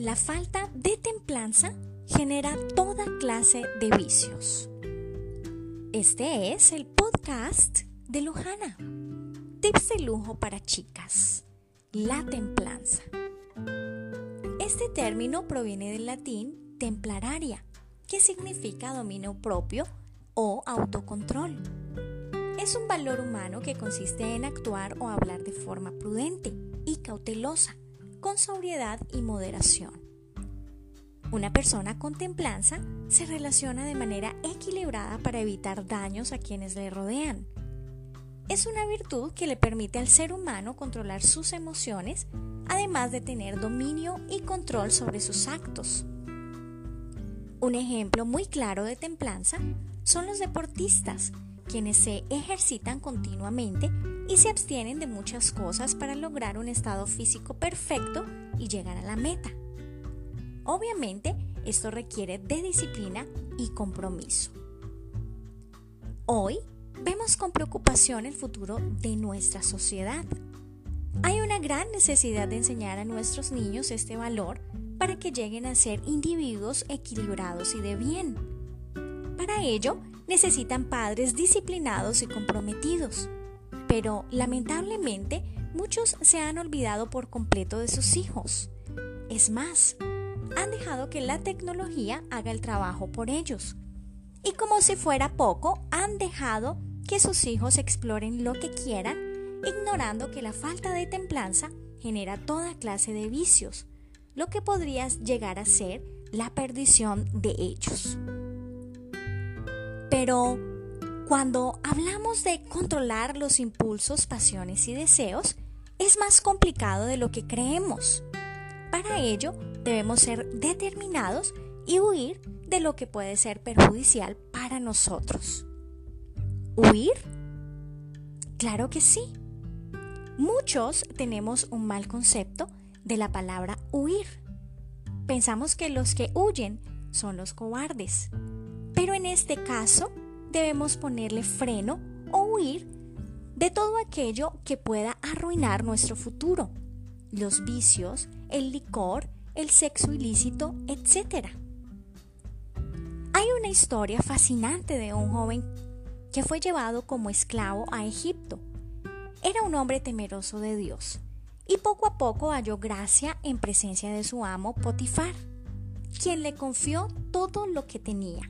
La falta de templanza genera toda clase de vicios. Este es el podcast de Lujana. Tips de lujo para chicas. La templanza. Este término proviene del latín templararia, que significa dominio propio o autocontrol. Es un valor humano que consiste en actuar o hablar de forma prudente y cautelosa, con sobriedad y moderación. Una persona con templanza se relaciona de manera equilibrada para evitar daños a quienes le rodean. Es una virtud que le permite al ser humano controlar sus emociones, además de tener dominio y control sobre sus actos. Un ejemplo muy claro de templanza son los deportistas, quienes se ejercitan continuamente y se abstienen de muchas cosas para lograr un estado físico perfecto y llegar a la meta. Obviamente, esto requiere de disciplina y compromiso. Hoy vemos con preocupación el futuro de nuestra sociedad. Hay una gran necesidad de enseñar a nuestros niños este valor para que lleguen a ser individuos equilibrados y de bien. Para ello, necesitan padres disciplinados y comprometidos, pero lamentablemente muchos se han olvidado por completo de sus hijos. Es más, han dejado que la tecnología haga el trabajo por ellos. Y como si fuera poco, han dejado que sus hijos exploren lo que quieran, ignorando que la falta de templanza genera toda clase de vicios, lo que podría llegar a ser la perdición de ellos. Pero cuando hablamos de controlar los impulsos, pasiones y deseos, es más complicado de lo que creemos. Para ello, debemos ser determinados y huir de lo que puede ser perjudicial para nosotros. ¿Huir? Claro que sí. Muchos tenemos un mal concepto de la palabra huir. Pensamos que los que huyen son los cobardes. Pero en este caso, debemos ponerle freno o huir de todo aquello que pueda arruinar nuestro futuro. Los vicios, el licor, el sexo ilícito, etc. Hay una historia fascinante de un joven que fue llevado como esclavo a Egipto. Era un hombre temeroso de Dios y poco a poco halló gracia en presencia de su amo Potifar, quien le confió todo lo que tenía.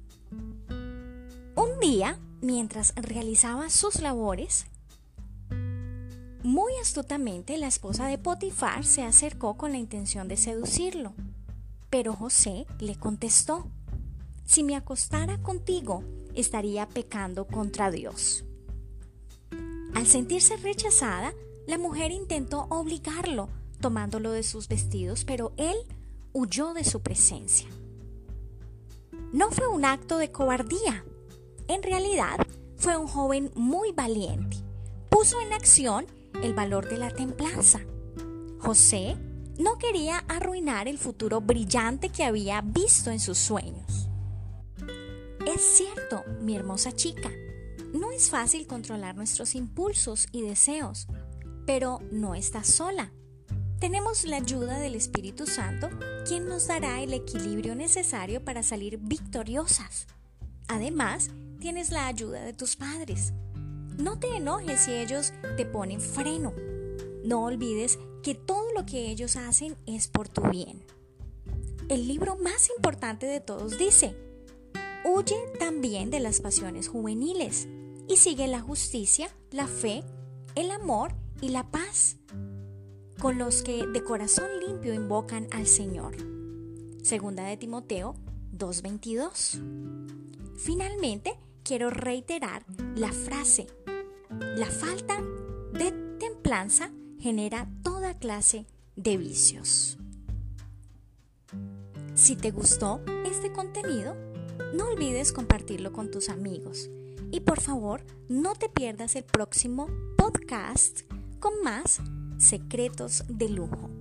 Un día, mientras realizaba sus labores, muy astutamente la esposa de Potifar se acercó con la intención de seducirlo. Pero José le contestó: si me acostara contigo, estaría pecando contra Dios. Al sentirse rechazada, la mujer intentó obligarlo, tomándolo de sus vestidos, pero él huyó de su presencia. No fue un acto de cobardía. En realidad, fue un joven muy valiente. Puso en acción el valor de la templanza. José no quería arruinar el futuro brillante que había visto en sus sueños. Es cierto, mi hermosa chica, no es fácil controlar nuestros impulsos y deseos, pero no estás sola. Tenemos la ayuda del Espíritu Santo, quien nos dará el equilibrio necesario para salir victoriosas. Además, tienes la ayuda de tus padres. No te enojes si ellos te ponen freno. No olvides que todo lo que ellos hacen es por tu bien. El libro más importante de todos dice: huye también de las pasiones juveniles y sigue la justicia, la fe, el amor y la paz, con los que de corazón limpio invocan al Señor. Segunda de Timoteo 2:22. Finalmente, quiero reiterar la frase: la falta de templanza genera toda clase de vicios. Si te gustó este contenido, no olvides compartirlo con tus amigos. Y por favor, no te pierdas el próximo podcast con más secretos de lujo.